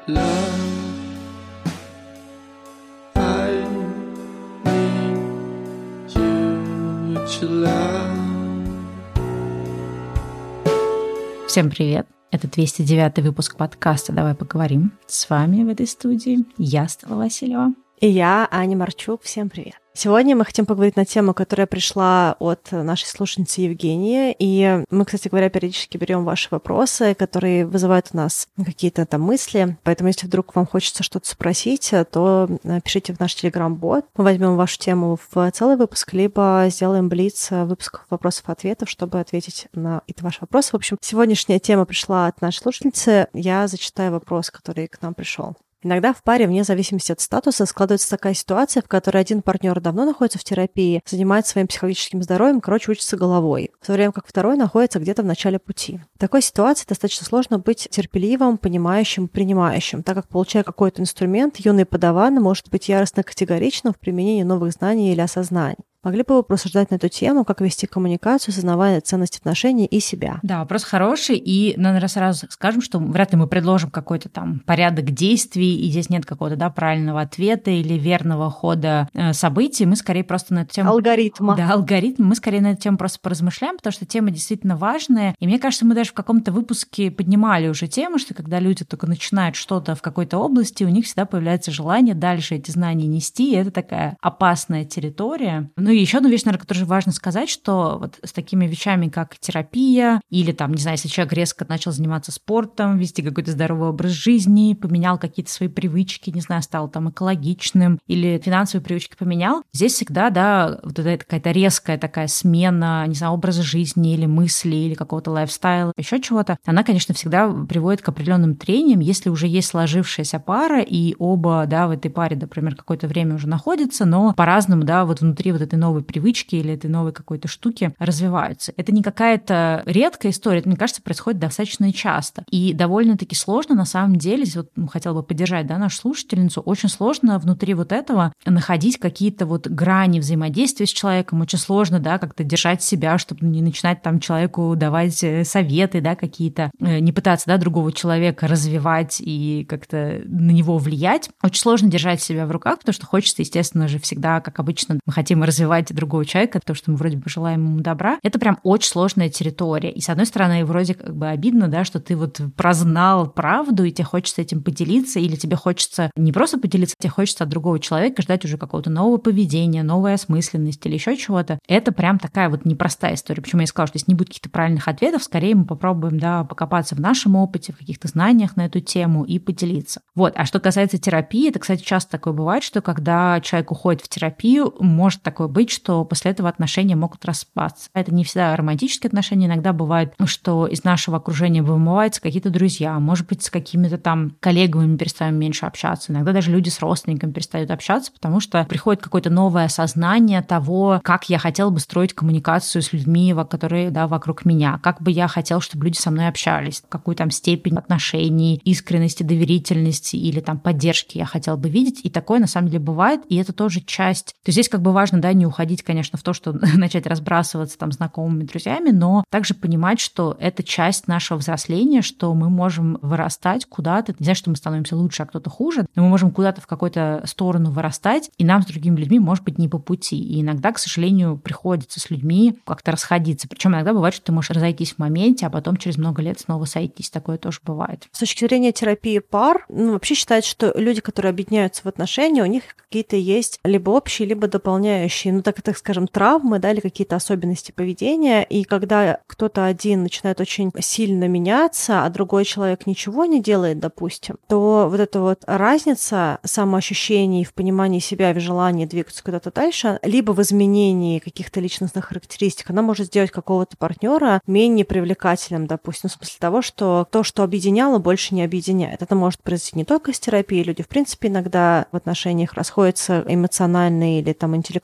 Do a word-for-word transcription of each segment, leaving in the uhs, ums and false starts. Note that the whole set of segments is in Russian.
love. I need you to love. Всем привет! Это двести девятый выпуск подкаста «Давай поговорим». С вами в этой студии я, Стелла Васильева. И я, Аня Марчук. Всем привет. Сегодня мы хотим поговорить на тему, которая пришла от нашей слушательницы Евгении. И мы, кстати говоря, периодически берем ваши вопросы, которые вызывают у нас какие-то там мысли. Поэтому, если вдруг вам хочется что-то спросить, то пишите в наш телеграм-бот. Мы возьмем вашу тему в целый выпуск, либо сделаем блиц выпусков вопросов-ответов, чтобы ответить на эти ваши вопросы. В общем, сегодняшняя тема пришла от нашей слушательницы. Я зачитаю вопрос, который к нам пришел. Иногда в паре, вне зависимости от статуса, складывается такая ситуация, в которой один партнер давно находится в терапии, занимается своим психологическим здоровьем, короче, учится головой, в то время как второй находится где-то в начале пути. В такой ситуации достаточно сложно быть терпеливым, понимающим, принимающим, так как, получая какой-то инструмент, юный подаван может быть яростно категоричным в применении новых знаний или осознаний. Могли бы вы порассуждать на эту тему, как вести коммуникацию, осознавая ценность отношений и себя? Да, вопрос хороший, и, наверное, сразу скажем, что вряд ли мы предложим какой-то там порядок действий, и здесь нет какого-то, да, правильного ответа или верного хода э, событий. Мы скорее просто на эту тему... Алгоритма. Да, алгоритм. Мы скорее на эту тему просто поразмышляем, потому что тема действительно важная. И мне кажется, мы даже в каком-то выпуске поднимали уже тему, что когда люди только начинают что-то в какой-то области, у них всегда появляется желание дальше эти знания нести, и это такая опасная территория. Ну и еще одну вещь, наверное, которую важно сказать, что вот с такими вещами, как терапия, или там, не знаю, если человек резко начал заниматься спортом, вести какой-то здоровый образ жизни, поменял какие-то свои привычки, не знаю, стал там экологичным, или финансовые привычки поменял, здесь всегда, да, вот это какая-то резкая такая смена, не знаю, образа жизни или мысли, или какого-то лайфстайла, еще чего-то, она, конечно, всегда приводит к определенным трениям, если уже есть сложившаяся пара, и оба, да, в этой паре, например, какое-то время уже находятся, но по-разному, да, вот внутри вот этой новой привычки или этой новой какой-то штуки развиваются. Это не какая-то редкая история, это, мне кажется, происходит достаточно часто. И довольно-таки сложно, на самом деле, вот ну, хотела бы поддержать, да, нашу слушательницу, очень сложно внутри вот этого находить какие-то вот грани взаимодействия с человеком, очень сложно, да, как-то держать себя, чтобы не начинать там человеку давать советы, да, какие-то, не пытаться, да, другого человека развивать и как-то на него влиять. Очень сложно держать себя в руках, потому что хочется, естественно же, всегда, как обычно, мы хотим развивать другого человека, то, что мы вроде бы желаем ему добра, это прям очень сложная территория. И, с одной стороны, вроде как бы обидно, да, что ты вот прознал правду, и тебе хочется этим поделиться, или тебе хочется не просто поделиться, тебе хочется от другого человека ждать уже какого-то нового поведения, новой осмысленности или еще чего-то. Это прям такая вот непростая история. Почему я сказала, что здесь не будет каких-то правильных ответов, скорее мы попробуем, да, покопаться в нашем опыте, в каких-то знаниях на эту тему и поделиться. Вот. А что касается терапии, это, кстати, часто такое бывает, что когда человек уходит в терапию, может такое быть, что после этого отношения могут распасться. Это не всегда романтические отношения, иногда бывает, что из нашего окружения вымываются какие-то друзья, может быть, с какими-то там коллегами мы перестаем меньше общаться, иногда даже люди с родственниками перестают общаться, потому что приходит какое-то новое осознание того, как я хотела бы строить коммуникацию с людьми, которые, да, вокруг меня, как бы я хотела, чтобы люди со мной общались, какую там степень отношений, искренности, доверительности или там поддержки я хотела бы видеть, и такое на самом деле бывает, и это тоже часть. То есть здесь как бы важно, да, не уходить, конечно, в то, что начать разбрасываться там знакомыми, друзьями, но также понимать, что это часть нашего взросления, что мы можем вырастать куда-то. Не значит, что мы становимся лучше, а кто-то хуже, но мы можем куда-то в какую-то сторону вырастать, и нам с другими людьми может быть не по пути. И иногда, к сожалению, приходится с людьми как-то расходиться. Причем иногда бывает, что ты можешь разойтись в моменте, а потом через много лет снова сойтись. Такое тоже бывает. С точки зрения терапии пар, ну, вообще считается, что люди, которые объединяются в отношения, у них какие-то есть либо общие, либо дополняющие, ну, так, так скажем, травмы, да, или какие-то особенности поведения, и когда кто-то один начинает очень сильно меняться, а другой человек ничего не делает, допустим, то вот эта вот разница самоощущений в понимании себя, в желании двигаться куда-то дальше, либо в изменении каких-то личностных характеристик, она может сделать какого-то партнера менее привлекательным, допустим, в смысле того, что то, что объединяло, больше не объединяет. Это может произойти не только с терапией, люди, в принципе, иногда в отношениях расходятся эмоционально или там интеллектуально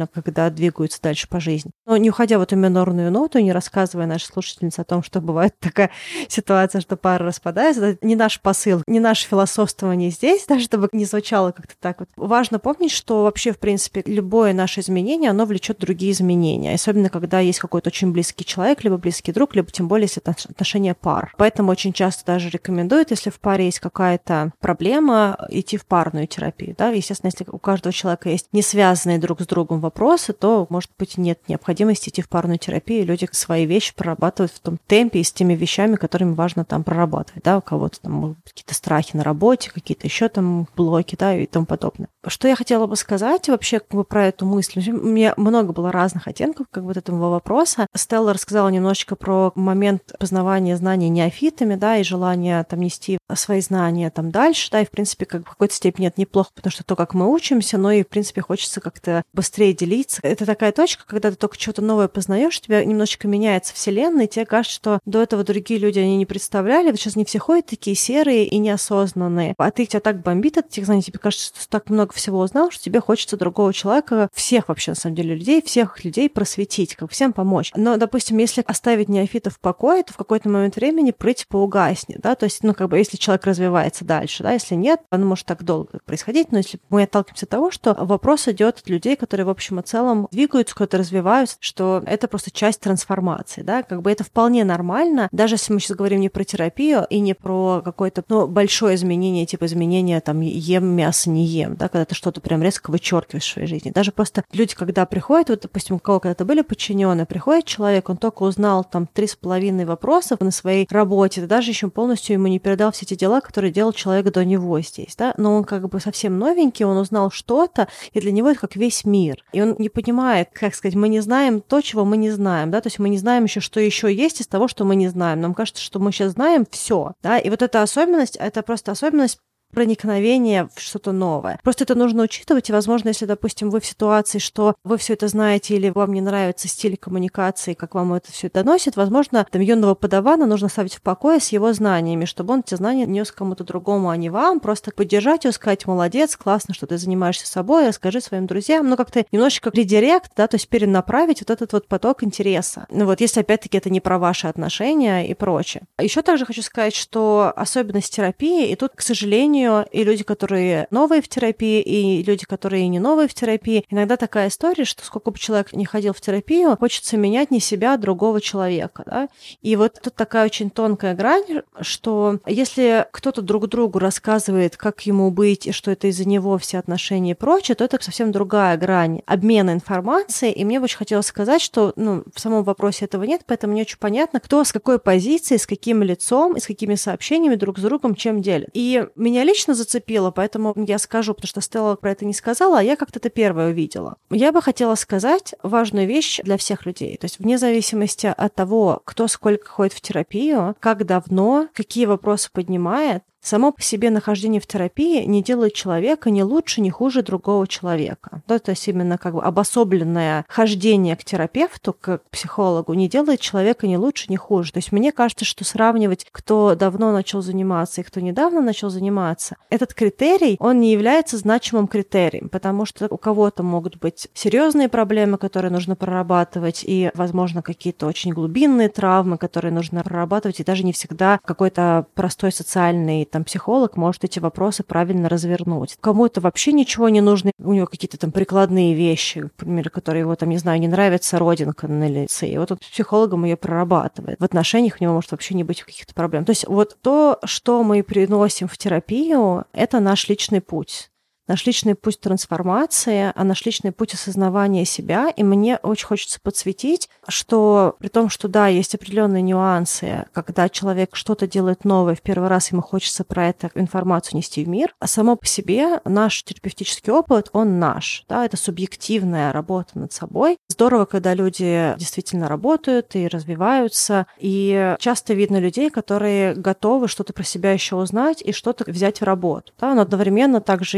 когда двигаются дальше по жизни. Но не уходя в эту минорную ноту, не рассказывая нашей слушательнице о том, что бывает такая ситуация, что пара распадается, это не наш посыл, не наше философствование здесь, даже чтобы не звучало как-то так вот. Важно помнить, что вообще, в принципе, любое наше изменение, оно влечет другие изменения, особенно когда есть какой-то очень близкий человек, либо близкий друг, либо тем более, если это отношения пар. Поэтому очень часто даже рекомендуют, если в паре есть какая-то проблема, идти в парную терапию. Да? Естественно, если у каждого человека есть не связанные друг с другом вопросы, то, может быть, нет необходимости идти в парную терапию, и люди свои вещи прорабатывают в том темпе и с теми вещами, которыми важно там прорабатывать. Да? У кого-то там могут быть какие-то страхи на работе, какие-то еще там блоки, да, и тому подобное. Что я хотела бы сказать вообще как бы про эту мысль? У меня много было разных оттенков как бы вот этого вопроса. Стелла рассказала немножечко про момент познавания знаний неофитами, да, и желание там нести свои знания там дальше, да, и в принципе как бы в какой-то степени это неплохо, потому что то, как мы учимся, но и в принципе хочется как-то быстрее делиться. Это такая точка, когда ты только что-то новое познаешь, у тебя немножечко меняется вселенная, и тебе кажется, что до этого другие люди, они не представляли, вот сейчас не все ходят такие серые и неосознанные, а ты тебя так бомбит от этих знаний, тебе кажется, что ты так много всего узнал, что тебе хочется другого человека, всех вообще на самом деле людей, всех людей просветить, как всем помочь. Но, допустим, если оставить неофита в покое, то в какой-то момент времени прыть поугаснет, да, то есть, ну, как бы, если человек развивается дальше, да, если нет, оно может так долго происходить, но если мы отталкиваемся от того, что вопрос идет от людей, которые, в общем и целом, двигаются, куда-то развиваются, что это просто часть трансформации, да, как бы это вполне нормально, даже если мы сейчас говорим не про терапию и не про какое-то, ну, большое изменение, типа изменения, там, ем мясо, не ем, да, когда ты что-то прям резко вычеркиваешь в своей жизни. Даже просто люди, когда приходят, вот, допустим, у кого когда-то были подчиненные, приходит человек, он только узнал там три с половиной вопросов на своей работе, ты даже еще полностью ему не передал все эти дела, которые делал человек до него здесь, да, но он как бы совсем новенький, он узнал что-то, и для него это как весь мир. И он не понимает, как сказать, мы не знаем то, чего мы не знаем, да, то есть мы не знаем еще, что еще есть из того, что мы не знаем. Нам кажется, что мы сейчас знаем все, да, и вот эта особенность, это просто особенность проникновение в что-то новое. Просто это нужно учитывать, и, возможно, если, допустим, вы в ситуации, что вы все это знаете или вам не нравится стиль коммуникации, как вам это все доносит, возможно, там юного подавана нужно ставить в покое с его знаниями, чтобы он эти знания нес кому-то другому, а не вам, просто поддержать его, сказать: молодец, классно, что ты занимаешься собой, расскажи своим друзьям, ну, как-то немножечко редирект, да, то есть перенаправить вот этот вот поток интереса. Ну, вот, если, опять-таки, это не про ваши отношения и прочее. Еще также хочу сказать, что особенность терапии, и тут, к сожалению, и люди, которые новые в терапии, и люди, которые не новые в терапии. Иногда такая история, что сколько бы человек не ходил в терапию, хочется менять не себя, а другого человека. Да? И вот тут такая очень тонкая грань, что если кто-то друг другу рассказывает, как ему быть, и что это из-за него все отношения и прочее, то это совсем другая грань обмена информацией. И мне бы очень хотелось сказать, что ну, в самом вопросе этого нет, поэтому не очень понятно, кто с какой позиции, с каким лицом и с какими сообщениями друг с другом чем делит. И меня лично зацепило, поэтому я скажу, потому что Стелла про это не сказала, а я как-то это первое увидела. Я бы хотела сказать важную вещь для всех людей. То есть вне зависимости от того, кто сколько ходит в терапию, как давно, какие вопросы поднимает, само по себе нахождение в терапии не делает человека ни лучше, ни хуже другого человека. Да, то есть именно как бы обособленное хождение к терапевту, к психологу, не делает человека ни лучше, ни хуже. То есть мне кажется, что сравнивать, кто давно начал заниматься и кто недавно начал заниматься, этот критерий, он не является значимым критерием, потому что у кого-то могут быть серьезные проблемы, которые нужно прорабатывать, и, возможно, какие-то очень глубинные травмы, которые нужно прорабатывать, и даже не всегда какой-то простой социальный там психолог может эти вопросы правильно развернуть. Кому-то вообще ничего не нужно, у него какие-то там прикладные вещи, например, которые его там, не знаю, не нравится родинка на лице, и вот он с психологом ее прорабатывает. В отношениях у него может вообще не быть каких-то проблем. То есть вот то, что мы приносим в терапию, это наш личный путь. Наш личный путь трансформации, а наш личный путь осознавания себя. И мне очень хочется подсветить, что при том, что да, есть определенные нюансы, когда человек что-то делает новое в первый раз, ему хочется про эту информацию нести в мир, а само по себе наш терапевтический опыт, он наш. Да, это субъективная работа над собой. Здорово, когда люди действительно работают и развиваются. И часто видно людей, которые готовы что-то про себя еще узнать и что-то взять в работу. Да, но одновременно также есть люди,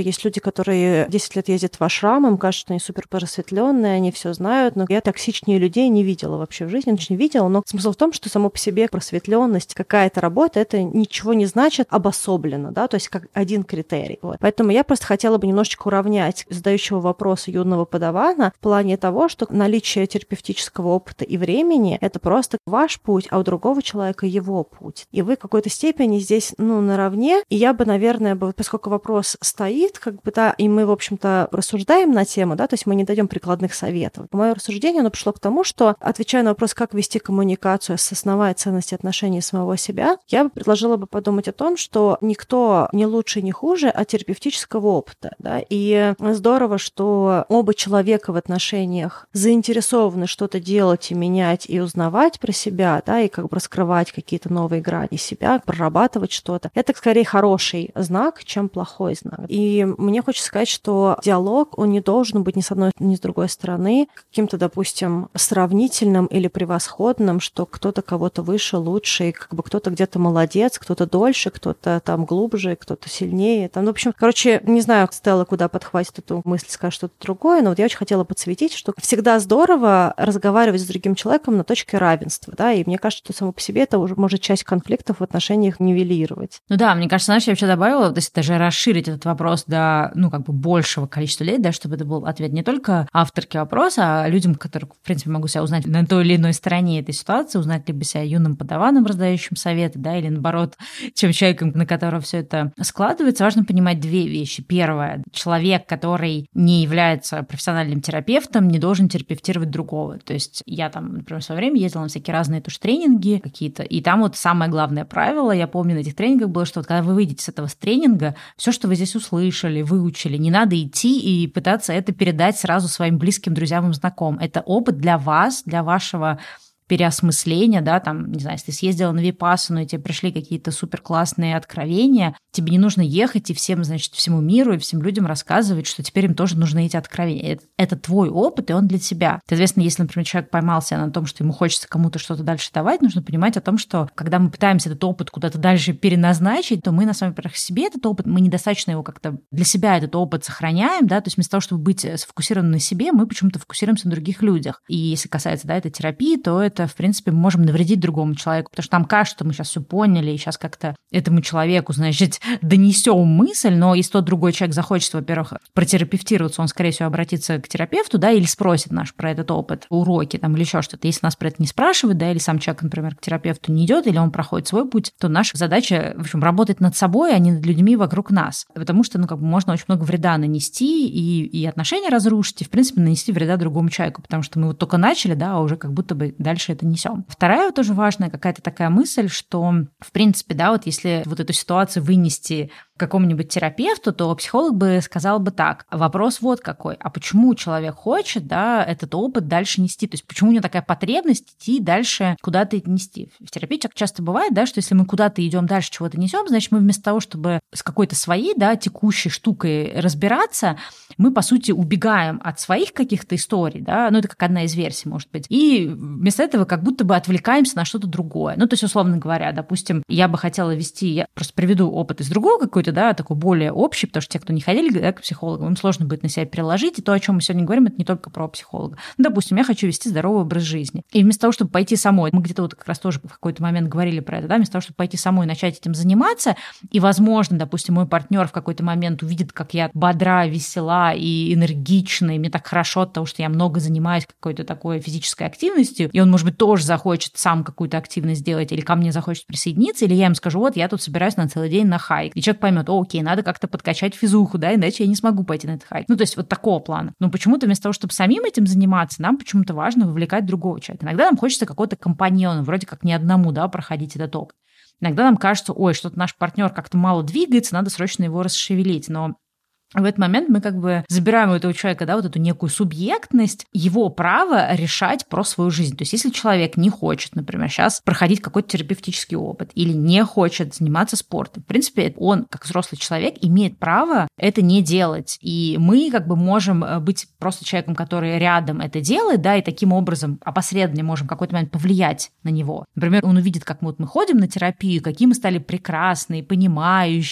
которые десять лет ездят в ашрам, им кажется, что они супер просветленные, они все знают, но я токсичнее людей не видела вообще в жизни, не видела, но смысл в том, что само по себе просветленность, какая-то работа, это ничего не значит обособленно, да, то есть как один критерий. Вот. Поэтому я просто хотела бы немножечко уравнять задающего вопроса юного подавана в плане того, что наличие терапевтического опыта и времени — это просто ваш путь, а у другого человека его путь. И вы в какой-то степени здесь, ну, наравне. И я бы, наверное, поскольку вопрос стоит, как бы, да, и мы, в общем-то, рассуждаем на тему, да, то есть мы не даем прикладных советов. Мое рассуждение, оно пришло к тому, что, отвечая на вопрос, как вести коммуникацию с основой ценности отношений самого себя, я бы предложила бы подумать о том, что никто не лучше, не хуже от терапевтического опыта, да, и здорово, что оба человека в отношениях заинтересованы что-то делать и менять, и узнавать про себя, да, и как бы раскрывать какие-то новые грани себя, прорабатывать что-то. Это скорее хороший знак, чем плохой знак. И мне хочется сказать, что диалог, он не должен быть ни с одной, ни с другой стороны каким-то, допустим, сравнительным или превосходным, что кто-то кого-то выше, лучше, и как бы кто-то где-то молодец, кто-то дольше, кто-то там глубже, кто-то сильнее. Там, ну, в общем, короче, не знаю, Стелла куда подхватит эту мысль, скажет что-то другое, но вот я очень хотела подсветить, что всегда здорово разговаривать с другим человеком на точке равенства, да, и мне кажется, что само по себе это уже может часть конфликтов в отношениях нивелировать. Ну да, мне кажется, знаешь, я вообще добавила, то есть даже расширить этот вопрос до, ну, как бы большего количества лет, да, чтобы это был ответ не только авторке вопроса, а людям, которых, в принципе, могу себя узнать на той или иной стороне этой ситуации, узнать либо себя юным подаваном, раздающим советы, да, или наоборот, чем человеком, на которого все это складывается. Важно понимать две вещи. Первое, человек, который не является профессиональным терапевтом, не должен терапевтировать другого. То есть я там, например, в свое время ездила на всякие разные тоже тренинги какие-то, и там вот самое главное правило, я помню, на этих тренингах было, что вот когда вы выйдете с этого с тренинга, все, что вы здесь услышали, выучили, не надо идти и пытаться это передать сразу своим близким, друзьям и знакомым. Это опыт для вас, для вашего переосмысления, да, там, не знаю, если ты съездила на випассану, и тебе пришли какие-то суперклассные откровения, тебе не нужно ехать и всем, значит, всему миру и всем людям рассказывать, что теперь им тоже нужны эти откровения. Это, это твой опыт, и он для тебя. Соответственно, если, например, человек поймался на том, что ему хочется кому-то что-то дальше давать, нужно понимать о том, что когда мы пытаемся этот опыт куда-то дальше переназначить, то мы, на самом деле, себе этот опыт, мы недостаточно его как-то для себя этот опыт сохраняем, да, то есть вместо того, чтобы быть сфокусированным на себе, мы почему-то фокусируемся на других людях. И если касается, да, этой терапии, то это, в принципе, мы можем навредить другому человеку, потому что нам кажется, что мы сейчас все поняли, и сейчас как-то этому человеку, значит, донесем мысль, но если тот другой человек захочет, во-первых, протерапевтироваться, он, скорее всего, обратится к терапевту, да, или спросит наш про этот опыт, уроки там или еще что-то. Если нас про это не спрашивают, да, или сам человек, например, к терапевту не идет, или он проходит свой путь, то наша задача, в общем, работать над собой, а не над людьми вокруг нас. Потому что, ну, как бы можно очень много вреда нанести и, и отношения разрушить, и, в принципе, нанести вреда другому человеку, потому что мы вот только начали, да, а уже как будто бы дальше это несем. Вторая тоже важная какая-то такая мысль, что, в принципе, да, вот если вот эту ситуацию вынести какому-нибудь терапевту, то психолог бы сказал бы так. Вопрос вот какой. А почему человек хочет, да, этот опыт дальше нести? То есть почему у него такая потребность идти дальше куда-то это нести? В терапии так часто бывает, да, что если мы куда-то идем дальше, чего-то несем, значит, мы вместо того, чтобы с какой-то своей, да, текущей штукой разбираться, мы, по сути, убегаем от своих каких-то историй, да, ну, это как одна из версий, может быть, и вместо этого как будто бы отвлекаемся на что-то другое. Ну, то есть, условно говоря, допустим, я бы хотела вести, я просто приведу опыт из другого какой-то, да, такой более общий, потому что те, кто не ходили, да, к психологам, им сложно будет на себя переложить, и то, о чем мы сегодня говорим, это не только про психолога. Ну, допустим, я хочу вести здоровый образ жизни. И вместо того, чтобы пойти самой, мы где-то вот как раз тоже в какой-то момент говорили про это, да, вместо того, чтобы пойти самой и начать этим заниматься, и, возможно, допустим, мой партнер в какой-то момент увидит, как я бодра, весела и энергична, и мне так хорошо от того, что я много занимаюсь какой-то такой физической активностью, и он, может быть, тоже захочет сам какую-то активность делать, или ко мне захочет присоединиться, или я им скажу, вот, я тут собираюсь на целый день на хайк. И человек поймет, о, окей, надо как-то подкачать физуху, да, иначе я не смогу пойти на этот хайк. Ну, то есть вот такого плана. Но почему-то вместо того, чтобы самим этим заниматься, нам почему-то важно вовлекать другого человека. Иногда нам хочется какого-то компаньона, вроде как не одному, да, проходить этот опыт. Иногда нам кажется, ой, что-то наш партнер как-то мало двигается, надо срочно его расшевелить. Но в этот момент мы как бы забираем у этого человека, да, вот эту некую субъектность, его право решать про свою жизнь. То есть если человек не хочет, например, сейчас проходить какой-то терапевтический опыт или не хочет заниматься спортом, в принципе, он, как взрослый человек, имеет право это не делать. И мы как бы можем быть просто человеком, который рядом это делает, да, и таким образом опосредованно можем в какой-то момент повлиять на него. Например, он увидит, как мы, вот мы ходим на терапию, какие мы стали прекрасные, понимающие,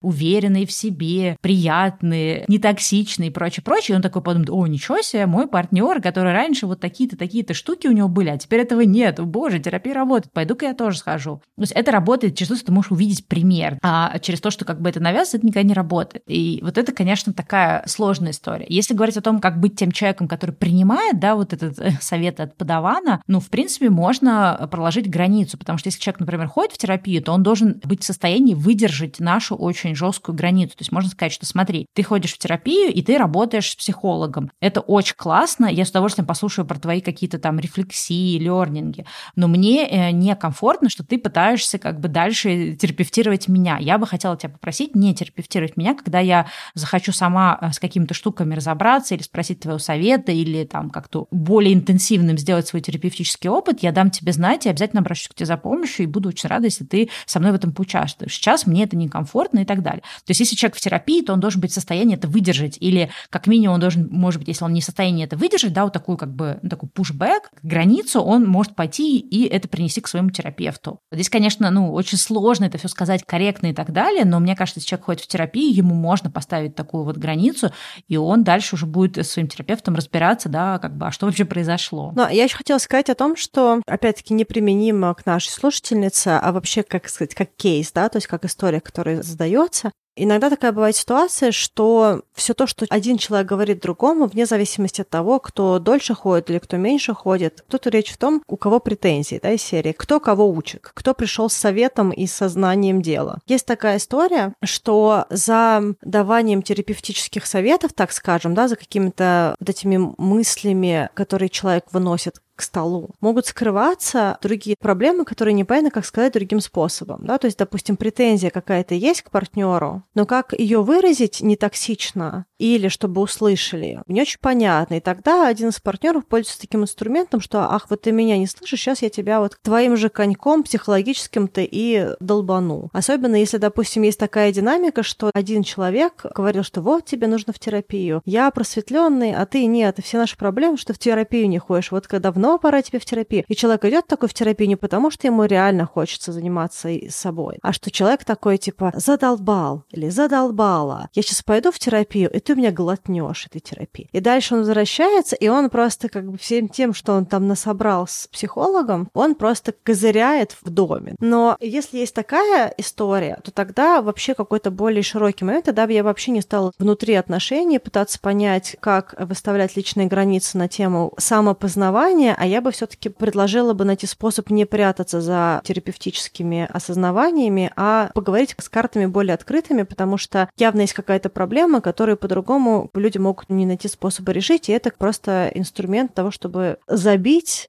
уверенные в себе, приятные, нетоксичные и прочее, прочее. И он такой подумает: о, ничего себе, мой партнер, который раньше вот такие-то, такие-то штуки у него были, а теперь этого нет. О, боже, терапия работает, пойду-ка я тоже схожу. То есть это работает через то, что ты можешь увидеть пример, а через то, что как бы это навязывается, это никогда не работает. И вот это, конечно, такая сложная история. Если говорить о том, как быть тем человеком, который принимает, да, вот этот совет от подавана, ну, в принципе, можно проложить границу, потому что если человек, например, ходит в терапию, то он должен быть в состоянии выдержать нашу очень жесткую границу. То есть можно сказать, что смотри, ты ходишь в терапию, и ты работаешь с психологом. Это очень классно, я с удовольствием послушаю про твои какие-то там рефлексии, лернинги, но мне некомфортно, что ты пытаешься как бы дальше терапевтировать меня. Я бы хотела тебя попросить не терапевтировать меня, когда я захочу сама с какими-то штуками разобраться или спросить твоего совета, или там как-то более интенсивным сделать свой терапевтический опыт, я дам тебе знать и обязательно обращусь к тебе за помощью, и буду очень рада, если ты со мной в этом поучаствуешь. Сейчас мне это некомфортно и так далее. То есть если человек в терапии, то он должен быть в состоянии это выдержать, или как минимум он должен, может быть, если он не в состоянии это выдержать, да, вот такую как бы, ну, такой пушбэк, границу, он может пойти и это принести к своему терапевту. Здесь, конечно, ну, очень сложно это все сказать корректно и так далее, но мне кажется, если человек ходит в терапию, ему можно поставить такую вот границу, и он дальше уже будет с своим терапевтом разбираться, да, как бы, а что вообще произошло. Но я еще хотела сказать о том, что, опять-таки, неприменимо к нашей слушательнице, а вообще, как сказать, как кейс, да, то есть как история, которая задается. Иногда такая бывает ситуация, что все то, что один человек говорит другому, вне зависимости от того, кто дольше ходит или кто меньше ходит, тут речь в том, у кого претензии, да, из серии, кто кого учит, кто пришел с советом и со знанием дела. Есть такая история, что за даванием терапевтических советов, так скажем, да, за какими-то вот этими мыслями, которые человек выносит к столу, могут скрываться другие проблемы, которые непонятно, как сказать другим способом. Да? То есть, допустим, претензия какая-то есть к партнеру, но как ее выразить не токсично или чтобы услышали, не очень понятно. И тогда один из партнеров пользуется таким инструментом, что ах, вот ты меня не слышишь, сейчас я тебя вот твоим же коньком психологическим-то и долбану. Особенно если, допустим, есть такая динамика, что один человек говорил, что вот тебе нужно в терапию, я просветленный, а ты нет, и все наши проблемы, что в терапию не ходишь. Вот когда давно пора тебе в терапию. И человек идет такой в терапию не потому, что ему реально хочется заниматься собой, а что человек такой типа задолбал или задолбала. Я сейчас пойду в терапию, и ты меня глотнешь этой терапии. И дальше он возвращается, и он просто как бы всем тем, что он там насобрал с психологом, он просто козыряет в доме. Но если есть такая история, то тогда вообще какой-то более широкий момент, тогда бы я вообще не стала внутри отношений пытаться понять, как выставлять личные границы на тему самопознавания, а я бы все-таки предложила бы найти способ не прятаться за терапевтическими осознаваниями, а поговорить с картами более открытыми, потому что явно есть какая-то проблема, которую по-другому люди могут не найти способа решить, и это просто инструмент того, чтобы забить,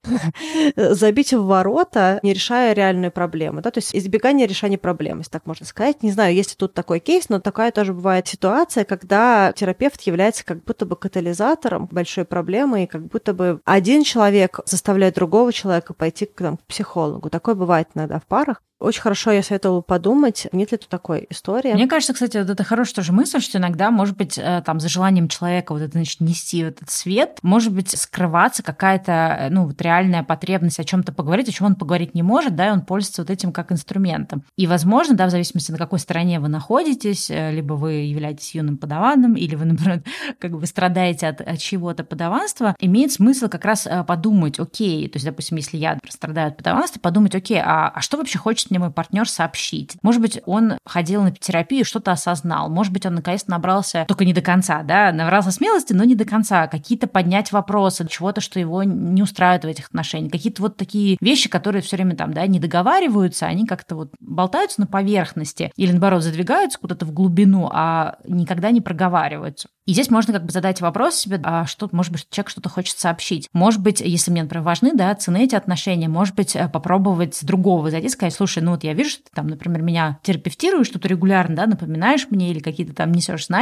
забить в ворота, не решая реальную проблему. Да? То есть избегание решения проблем, если так можно сказать. Не знаю, есть ли тут такой кейс, но такая тоже бывает ситуация, когда терапевт является как будто бы катализатором большой проблемы, и как будто бы один человек заставляет другого человека пойти к, там, к психологу. Такое бывает иногда в парах. Очень хорошо я советовала подумать, нет ли тут такой истории. Мне кажется, кстати, вот это хорошая тоже мысль, что иногда, может быть, там, за желанием человека вот это, значит, нести вот этот свет, может быть, скрываться какая-то, ну, вот реальная потребность о чем-то поговорить, о чем он поговорить не может, да, и он пользуется вот этим как инструментом. И, возможно, да, в зависимости, на какой стороне вы находитесь, либо вы являетесь юным подаванным, или вы, например, как бы страдаете от, от чего-то подаванства, имеет смысл как раз подумать, окей, то есть, допустим, если я страдаю от подаванства, подумать, окей, а, а что вообще хочет мне мой партнер сообщить? Может быть, он ходил на терапию, что-то осознал. Может быть, он наконец-то набрался, только не до конца, да, набрался смелости, но не до конца. Какие-то поднять вопросы, чего-то, что его не устраивает в этих отношениях. Какие-то вот такие вещи, которые все время там, да, не договариваются, они как-то вот болтаются на поверхности или, наоборот, задвигаются куда-то в глубину, а никогда не проговариваются. И здесь можно как бы задать вопрос себе, а что, может быть, человек что-то хочет сообщить. Может быть, если мне, например, важны, да, цены эти отношения, может быть, попробовать с другого зайти, сказать, слушай, ну вот я вижу, что ты там, например, меня терапевтируешь, что-то регулярно, да, напоминаешь мне или какие-то там несешь знания.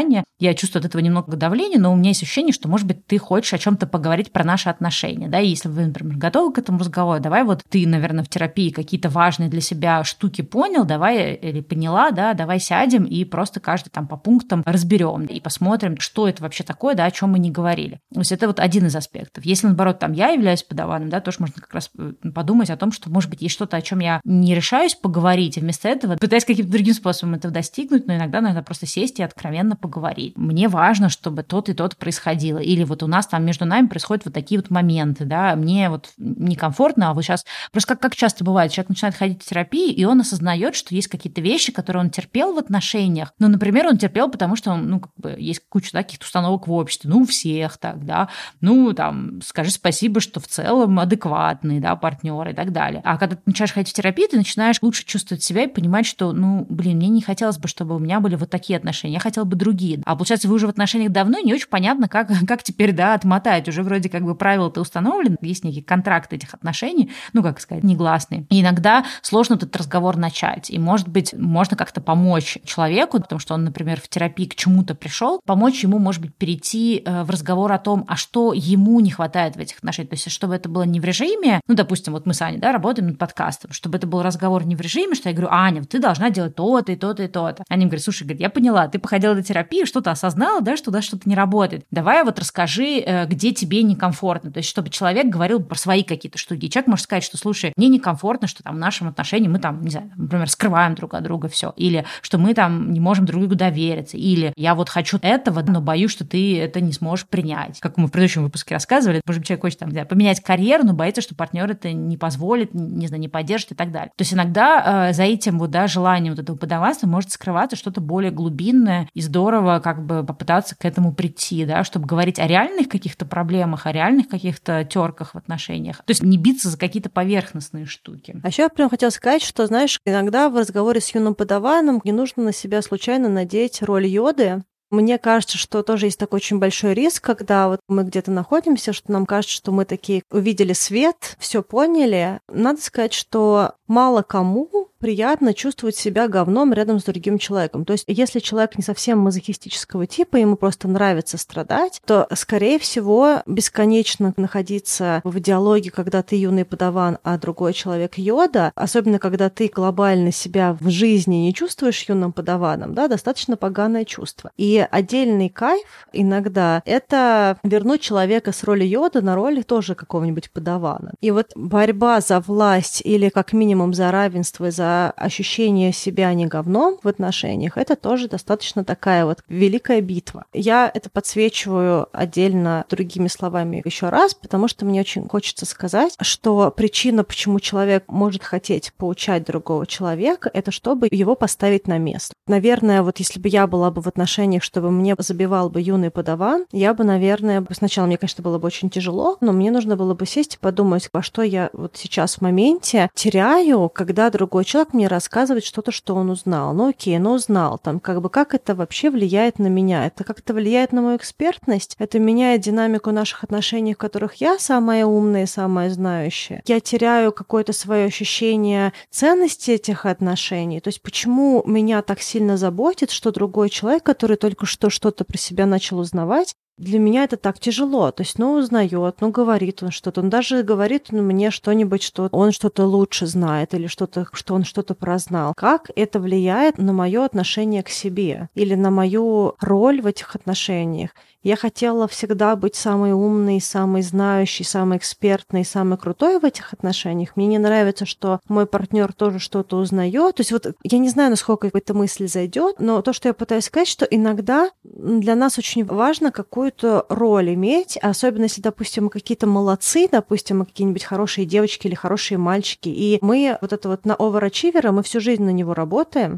я чувствую от этого немного давления, но у меня есть ощущение, что, может быть, ты хочешь о чем-то поговорить про наши отношения, да, и если вы, например, готовы к этому разговору, давай вот ты, наверное, в терапии какие-то важные для себя штуки понял, давай, или поняла, да, давай сядем и просто каждый там по пунктам разберем и посмотрим, что это вообще такое, да, о чем мы не говорили. То есть это вот один из аспектов. Если, наоборот, там я являюсь подаваном, да, тоже можно как раз подумать о том, что, может быть, есть что-то, о чем я не решаюсь поговорить, и вместо этого пытаюсь каким-то другим способом этого достигнуть, но иногда нужно просто сесть и откровенно поговорить. Мне важно, чтобы то и то происходило. Или вот у нас там между нами происходят вот такие вот моменты, да, мне вот некомфортно, а вот сейчас... Просто как, как часто бывает, человек начинает ходить в терапию, и он осознает, что есть какие-то вещи, которые он терпел в отношениях. Ну, например, он терпел, потому что, ну, как бы есть куча таких установок в обществе. Ну, у всех так, да. Ну, там, скажи спасибо, что в целом адекватные, да, партнеры и так далее. А когда ты начинаешь ходить в терапию, ты начинаешь лучше чувствовать себя и понимать, что, ну, блин, мне не хотелось бы, чтобы у меня были вот такие отношения, я хотела бы другие. А получается, вы уже в отношениях давно, и не очень понятно, как, как теперь, да, отмотать. Уже вроде как бы правила-то установлены, есть некий контракт этих отношений, ну, как сказать, негласный. И иногда сложно этот разговор начать. И, может быть, можно как-то помочь человеку, потому что он, например, в терапии к чему-то пришел, помочь ему, может быть, перейти в разговор о том, а что ему не хватает в этих отношениях. То есть, чтобы это было не в режиме, ну, допустим, вот мы с Аней, да, работаем над подкастом, чтобы это был разговор не в режиме, что я говорю: Аня, ты должна делать то-то и то-то и то-то. Аня говорит: слушай, говорит, я поняла, ты походила на терапию, что-то осознала, да, что да, что-то не работает. Давай вот расскажи, где тебе некомфортно. То есть, чтобы человек говорил про свои какие-то штуки. И человек может сказать, что, слушай, мне некомфортно, что там в нашем отношении мы там, не знаю, например, скрываем друг от друга все, или что мы там не можем друг другу довериться, или я вот хочу этого, но боюсь, что ты это не сможешь принять. Как мы в предыдущем выпуске рассказывали, может быть, человек хочет там, не знаю, поменять карьеру, но боится, что партнер это не позволит, не знаю, не поддержит и так далее. То есть иногда э, за этим вот, да, желанием вот этого подаванства может скрываться что-то более глубинное, и здорово как бы попытаться к этому прийти, да, чтобы говорить о реальных каких-то проблемах, о реальных каких-то терках в отношениях. То есть не биться за какие-то поверхностные штуки. А еще я прям хотела сказать, что, знаешь, иногда в разговоре с юным подаваном не нужно на себя случайно надеть роль Йоды. Мне кажется, что тоже есть такой очень большой риск, когда вот мы где-то находимся, что нам кажется, что мы такие увидели свет, все поняли. Надо сказать, что мало кому приятно чувствовать себя говном рядом с другим человеком. То есть, если человек не совсем мазохистического типа, ему просто нравится страдать, то, скорее всего, бесконечно находиться в диалоге, когда ты юный подаван, а другой человек Йода, особенно когда ты глобально себя в жизни не чувствуешь юным подаваном, да, достаточно поганое чувство. И отдельный кайф иногда — это вернуть человека с роли Йода на роль тоже какого-нибудь подавана. И вот борьба за власть или как минимум за равенство, за ощущение себя не говном в отношениях, это тоже достаточно такая вот великая битва. Я это подсвечиваю отдельно другими словами еще раз, потому что мне очень хочется сказать, что причина, почему человек может хотеть поучать другого человека, это чтобы его поставить на место. Наверное, вот если бы я была бы в отношениях, чтобы мне забивал бы юный подаван, я бы, наверное, сначала мне, конечно, было бы очень тяжело, но мне нужно было бы сесть и подумать, во что я вот сейчас в моменте теряю, когда другой человек мне рассказывает что-то, что он узнал. Ну окей, ну узнал. Там как бы как это вообще влияет на меня? Это как-то влияет на мою экспертность? Это меняет динамику наших отношений, в которых я самая умная и самая знающая. Я теряю какое-то свое ощущение ценности этих отношений. То есть почему меня так сильно заботит, что другой человек, который только что что-то про себя начал узнавать, для меня это так тяжело. То есть, ну, узнает, ну, говорит он что-то. Он даже говорит ну, мне что-нибудь, что он что-то лучше знает или что-то, что он что-то прознал. Как это влияет на мое отношение к себе или на мою роль в этих отношениях? Я хотела всегда быть самой умной, самой знающей, самой экспертной, самой крутой в этих отношениях. Мне не нравится, что мой партнер тоже что-то узнает. То есть вот я не знаю, насколько эта мысль зайдет, но то, что я пытаюсь сказать, что иногда для нас очень важно какую-то роль иметь, особенно если, допустим, мы какие-то молодцы, допустим, мы какие-нибудь хорошие девочки или хорошие мальчики, и мы вот это вот на оверачивера, мы всю жизнь на него работаем.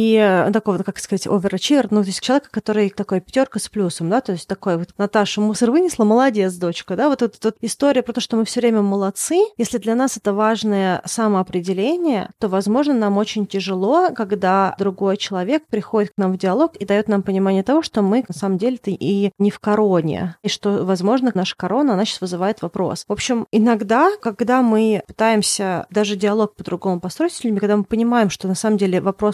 И такого, как сказать, оверачивер, ну, то есть человека, который такой пятерка с плюсом, да, то есть такой вот Наташа мусор вынесла, молодец, дочка, да, вот эта вот история про то, что мы все время молодцы. Если для нас это важное самоопределение, то, возможно, нам очень тяжело, когда другой человек приходит к нам в диалог и дает нам понимание того, что мы на самом деле-то и не в короне, и что, возможно, наша корона, она сейчас вызывает вопрос. В общем, иногда, когда мы пытаемся даже диалог по-другому построить с людьми, когда мы понимаем, что на самом деле вопрос в том, что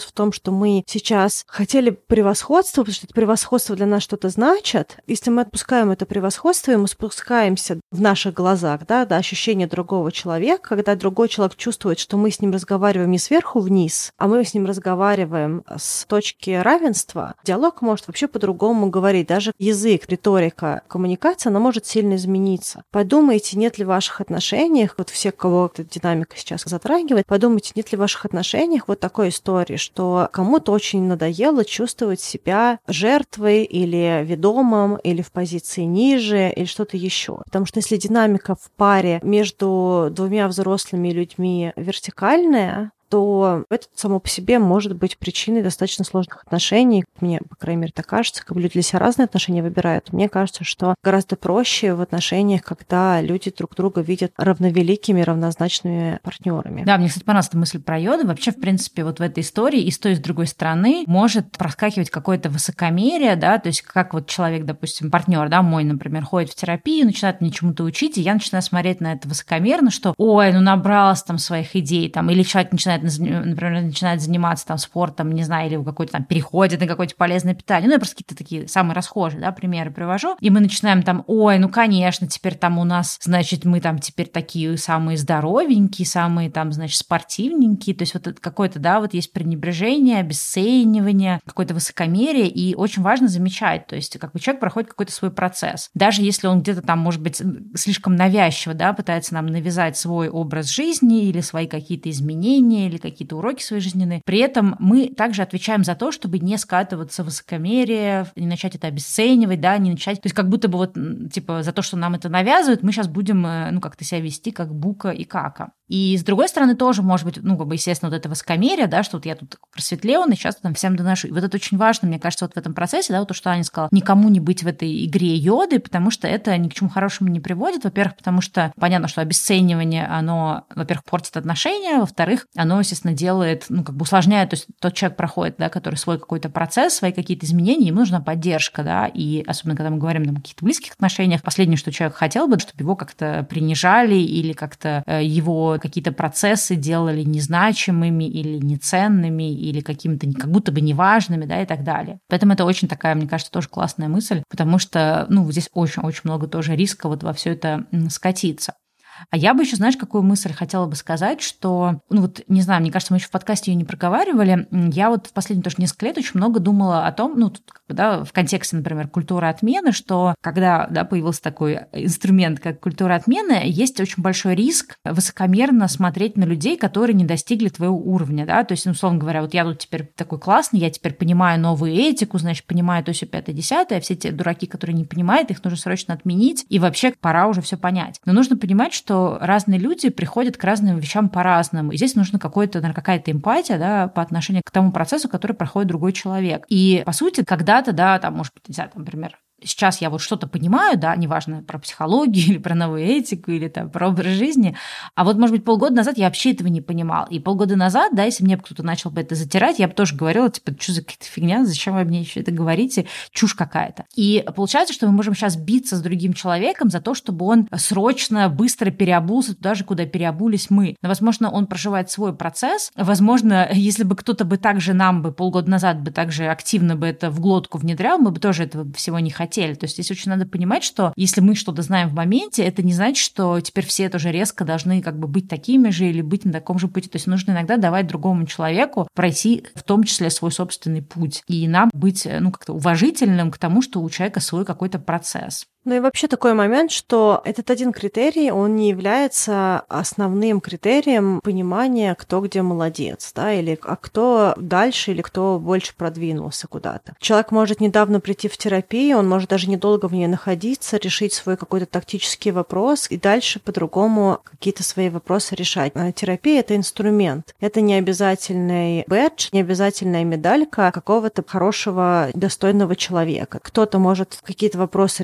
что мы сейчас хотели превосходства, потому что это превосходство для нас что-то значит. Если мы отпускаем это превосходство, и мы спускаемся в наших глазах, да, до ощущения другого человека, когда другой человек чувствует, что мы с ним разговариваем не сверху вниз, а мы с ним разговариваем с точки равенства, диалог может вообще по-другому говорить. Даже язык, риторика, коммуникация, она может сильно измениться. Подумайте, нет ли в ваших отношениях, вот все, кого эта динамика сейчас затрагивает, подумайте, нет ли в ваших отношениях вот такой истории, что кому-то очень надоело чувствовать себя жертвой или ведомым, или в позиции ниже, или что-то еще. Потому что если динамика в паре между двумя взрослыми людьми вертикальная, то это само по себе может быть причиной достаточно сложных отношений. Мне, по крайней мере, так кажется, как люди для себя разные отношения выбирают. Мне кажется, что гораздо проще в отношениях, когда люди друг друга видят равновеликими, равнозначными партнерами. Да, мне, кстати, понравилась эта мысль про йоду. Вообще, в принципе, вот в этой истории и с той, и с другой стороны может проскакивать какое-то высокомерие, да, то есть как вот человек, допустим, партнер, да, мой, например, ходит в терапию, начинает мне чему-то учить, и я начинаю смотреть на это высокомерно, что, ой, ну набрался там своих идей, там, или человек начинает, например, начинает заниматься там спортом, не знаю, или какой-то там переходит на какое-то полезное питание. Ну, я просто какие-то такие самые расхожие, да, примеры привожу. И мы начинаем там, ой, ну, конечно, теперь там у нас, значит, мы там теперь такие самые здоровенькие, самые там, значит, спортивненькие. То есть вот это какое-то, да, вот есть пренебрежение, обесценивание, какое-то высокомерие, и очень важно замечать, то есть как бы человек проходит какой-то свой процесс. Даже если он где-то там, может быть, слишком навязчиво, да, пытается нам навязать свой образ жизни или свои какие-то изменения, или какие-то уроки своей жизненные. При этом мы также отвечаем за то, чтобы не скатываться в высокомерие, не начать это обесценивать, да, не начать... То есть как будто бы вот, типа, за то, что нам это навязывают, мы сейчас будем, ну, как-то себя вести как бука и кака. И с другой стороны тоже может быть, ну, как бы, естественно, вот это высокомерие, да, что вот я тут просветленный, сейчас там всем доношу. И вот это очень важно, мне кажется, вот в этом процессе, да, вот то, что Аня сказала, никому не быть в этой игре йоды, потому что это ни к чему хорошему не приводит. Во-первых, потому что понятно, что обесценивание, оно, во-первых, портит отношения, во-вторых, оно, естественно, делает, ну, как бы усложняет, то есть тот человек проходит, да, который свой какой-то процесс, свои какие-то изменения, ему нужна поддержка, да, и особенно, когда мы говорим там, о каких-то близких отношениях, последнее, что человек хотел бы, чтобы его как-то принижали или как-то его какие-то процессы делали незначимыми или неценными, или какими-то как будто бы неважными, да, и так далее. Поэтому это очень такая, мне кажется, тоже классная мысль, потому что, ну, здесь очень-очень много тоже риска вот во все это скатиться. А я бы еще, знаешь, какую мысль хотела бы сказать, что, ну вот, не знаю, мне кажется, мы еще в подкасте ее не проговаривали. Я вот в последние тоже несколько лет очень много думала о том, ну, тут, да, в контексте, например, культуры отмены, что когда, да, появился такой инструмент, как культура отмены, есть очень большой риск высокомерно смотреть на людей, которые не достигли твоего уровня, да, то есть, ну, условно говоря, вот я тут теперь такой классный, я теперь понимаю новую этику, значит, понимаю то, все пятое, десятое, а все те дураки, которые не понимают, их нужно срочно отменить, и вообще пора уже все понять. Но нужно понимать, что что разные люди приходят к разным вещам по-разному. И здесь нужна какая-то, какая-то эмпатия, да, по отношению к тому процессу, который проходит другой человек. И, по сути, когда-то, да, там, может быть, не знаю, там, например, сейчас я вот что-то понимаю, да, неважно, про психологию или про новую этику, или там про образ жизни, а вот, может быть, полгода назад я вообще этого не понимал. И полгода назад, да, если мне кто-то начал бы это затирать, я бы тоже говорила, типа, что за какая-то фигня, зачем вы мне еще это говорите, чушь какая-то. И получается, что мы можем сейчас биться с другим человеком за то, чтобы он срочно, быстро переобулся туда же, куда переобулись мы. Но, возможно, он проживает свой процесс. Возможно, если бы кто-то бы также нам бы полгода назад бы также активно бы это в глотку внедрял, мы бы тоже этого всего не хотели. То есть здесь очень надо понимать, что если мы что-то знаем в моменте, это не значит, что теперь все тоже резко должны как бы быть такими же или быть на таком же пути. То есть нужно иногда давать другому человеку пройти в том числе свой собственный путь. И нам быть, ну, как-то уважительным к тому, что у человека свой какой-то процесс. Ну и вообще такой момент, что этот один критерий, он не является основным критерием понимания, кто где молодец, да, или а кто дальше, или кто больше продвинулся куда-то. Человек может недавно прийти в терапию, он может даже недолго в ней находиться, решить свой какой-то тактический вопрос и дальше по-другому какие-то свои вопросы решать. Терапия — это инструмент, это не обязательный бэдж, не обязательная медалька какого-то хорошего, достойного человека. Кто-то может какие-то вопросы решать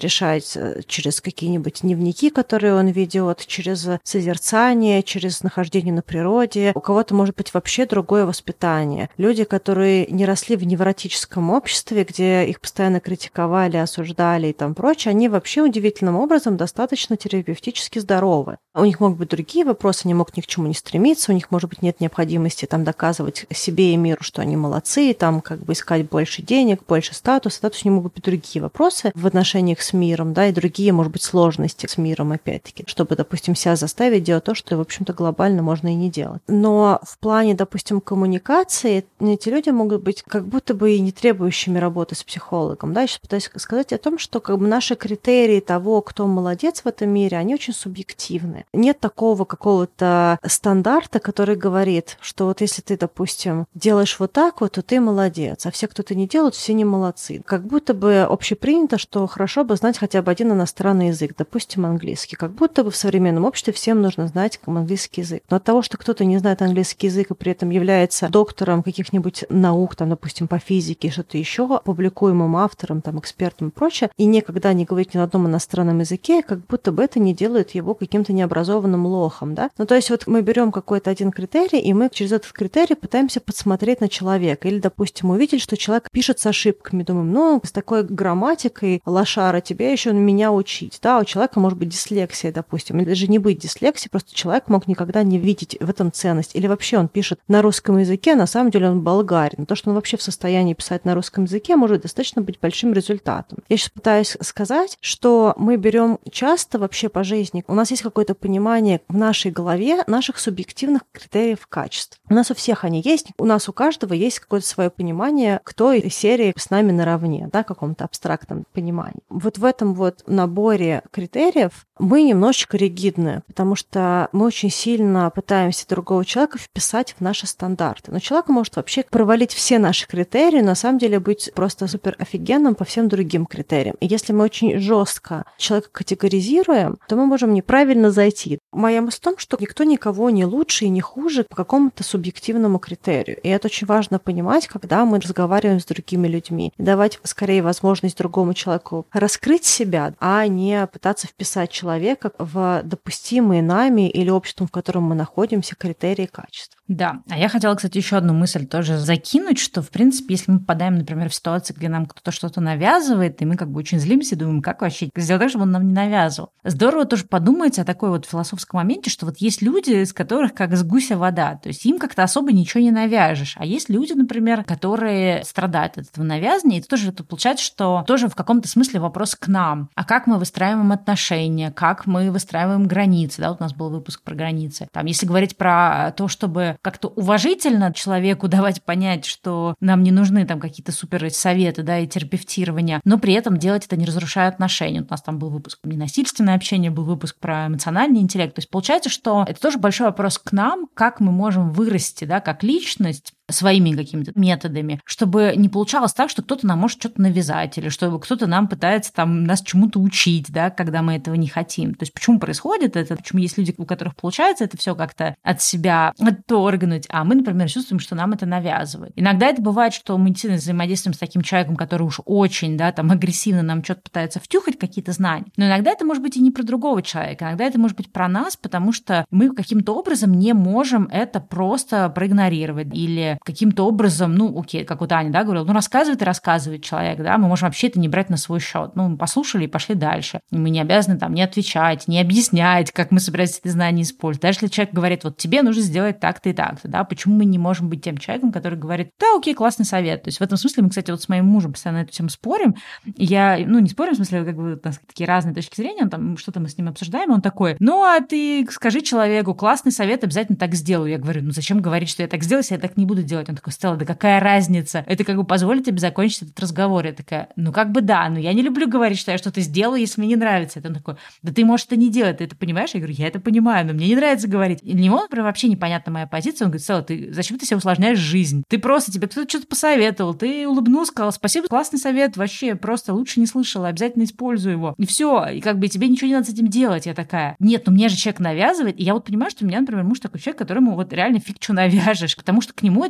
быть через какие-нибудь дневники, которые он ведет, через созерцание, через нахождение на природе. У кого-то может быть вообще другое воспитание. Люди, которые не росли в невротическом обществе, где их постоянно критиковали, осуждали и там прочее, они вообще удивительным образом достаточно терапевтически здоровы. У них могут быть другие вопросы, они могут ни к чему не стремиться, у них, может быть, нет необходимости там доказывать себе и миру, что они молодцы, там как бы искать больше денег, больше статуса, да, то есть у них могут быть другие вопросы в отношениях с миром, да, и другие, может быть, сложности с миром, опять-таки, чтобы, допустим, себя заставить делать то, что, в общем-то, глобально можно и не делать. Но в плане, допустим, коммуникации эти люди могут быть как будто бы и не требующими работы с психологом, да, я сейчас пытаюсь сказать о том, что как бы наши критерии того, кто молодец в этом мире, они очень субъективны. Нет такого какого-то стандарта, который говорит, что вот если ты, допустим, делаешь вот так вот, то ты молодец, а все, кто это не делают, все не молодцы. Как будто бы общепринято, что хорошо бы знать хотя бы один иностранный язык, допустим, английский. Как будто бы в современном обществе всем нужно знать английский язык. Но от того, что кто-то не знает английский язык и при этом является доктором каких-нибудь наук, там, допустим, по физике, что-то еще, публикуемым автором, там, экспертом и прочее, и никогда не говорит ни на одном иностранном языке, как будто бы это не делает его каким-то необразованным лохом, да? Ну, то есть вот мы берем какой-то один критерий, и мы через этот критерий пытаемся подсмотреть на человека. Или, допустим, увидеть, что человек пишет с ошибками. Думаем, ну, с такой грамматикой, лошара, тебе еще меня учить, да? У человека может быть дислексия, допустим, или даже не быть дислексией, просто человек мог никогда не видеть в этом ценность. Или вообще он пишет на русском языке, а на самом деле он болгарин. То, что он вообще в состоянии писать на русском языке, может достаточно быть большим результатом. Я сейчас пытаюсь сказать, что мы берем часто вообще по жизни, у нас есть какое-то понимание в нашей голове наших субъективных критериев качеств. У нас у всех они есть, у нас у каждого есть какое-то свое понимание, кто из серии с нами наравне, да, в каком-то абстрактном понимании. Вот в этом вот наборе критериев мы немножечко ригидны, потому что мы очень сильно пытаемся другого человека вписать в наши стандарты. Но человек может вообще провалить все наши критерии, на самом деле быть просто супер офигенным по всем другим критериям. И если мы очень жестко человека категоризируем, то мы можем неправильно зайти. Моя мысль в том, что никто никого не лучше и не хуже по какому-то субъективному критерию. И это очень важно понимать, когда мы разговариваем с другими людьми. И давать скорее возможность другому человеку раскрыть себя, а не пытаться вписать человека в допустимые нами или обществом, в котором мы находимся, критерии качества. Да, а я хотела, кстати, еще одну мысль тоже закинуть, что, в принципе, если мы попадаем, например, в ситуацию, где нам кто-то что-то навязывает, и мы как бы очень злимся, думаем, как вообще сделать так, чтобы он нам не навязывал. Здорово тоже подумать о такой вот философском моменте, что вот есть люди, из которых как с гуся вода, то есть им как-то особо ничего не навяжешь, а есть люди, например, которые страдают от этого навязывания, и тоже это получается, что тоже в каком-то смысле вопрос к нам, а как мы выстраиваем отношения, как мы выстраиваем границы, да, вот у нас был выпуск про границы, там, если говорить про то, чтобы как-то уважительно человеку давать понять, что нам не нужны там какие-то супер советы, да, и терапевтирование, но при этом делать это не разрушая отношения. Вот у нас там был выпуск про ненасильственное общение, был выпуск про эмоциональный интеллект. То есть получается, что это тоже большой вопрос к нам, как мы можем вырасти, да, как личность своими какими-то методами, чтобы не получалось так, что кто-то нам может что-то навязать, или чтобы кто-то нам пытается там нас чему-то учить, да, когда мы этого не хотим. То есть почему происходит это, почему есть люди, у которых получается это все как-то от себя отторгнуть, а мы, например, чувствуем, что нам это навязывают. Иногда это бывает, что мы действительно взаимодействуем с таким человеком, который уж очень, да, там агрессивно нам что-то пытается втюхать, какие-то знания. Но иногда это может быть и не про другого человека, иногда это может быть про нас, потому что мы каким-то образом не можем это просто проигнорировать или каким-то образом, ну, окей, как вот Аня, да, говорила, ну, рассказывает и рассказывает человек, да, мы можем вообще это не брать на свой счет. Ну, мы послушали и пошли дальше. И мы не обязаны там не отвечать, не объяснять, как мы собираемся эти знания использовать. Даже если человек говорит, вот тебе нужно сделать так-то и так-то, да, почему мы не можем быть тем человеком, который говорит, да, окей, классный совет. То есть в этом смысле мы, кстати, вот с моим мужем постоянно эту тему спорим. Я, ну, не спорим, в смысле, как бы у нас такие разные точки зрения, он там что-то мы с ним обсуждаем, он такой, ну, а ты скажи человеку, классный совет, обязательно так сделаю. Я говорю, ну, зачем говорить, что я так сделаю, если я так не буду делать? Он такой, Стелла, да какая разница? Это как бы позволит тебе закончить этот разговор. Я такая, ну, как бы да, но я не люблю говорить, что я что-то сделаю, если мне не нравится. Это он такой, да ты, может, это не делать, ты это понимаешь? Я говорю, я это понимаю, но мне не нравится говорить. И для него, например, вообще непонятна моя позиция. Он говорит, Стелла, ты зачем ты себе усложняешь жизнь? Ты просто, тебе кто-то что-то посоветовал, ты улыбнулся, сказал, спасибо, классный совет, вообще просто лучше не слышала, обязательно использую его. И все, и как бы тебе ничего не надо с этим делать. Я такая, нет, ну мне же человек навязывает, и я вот понимаю, что у меня, например, муж такой человек, которому вот реально фиг что навяжешь, потому что к нему это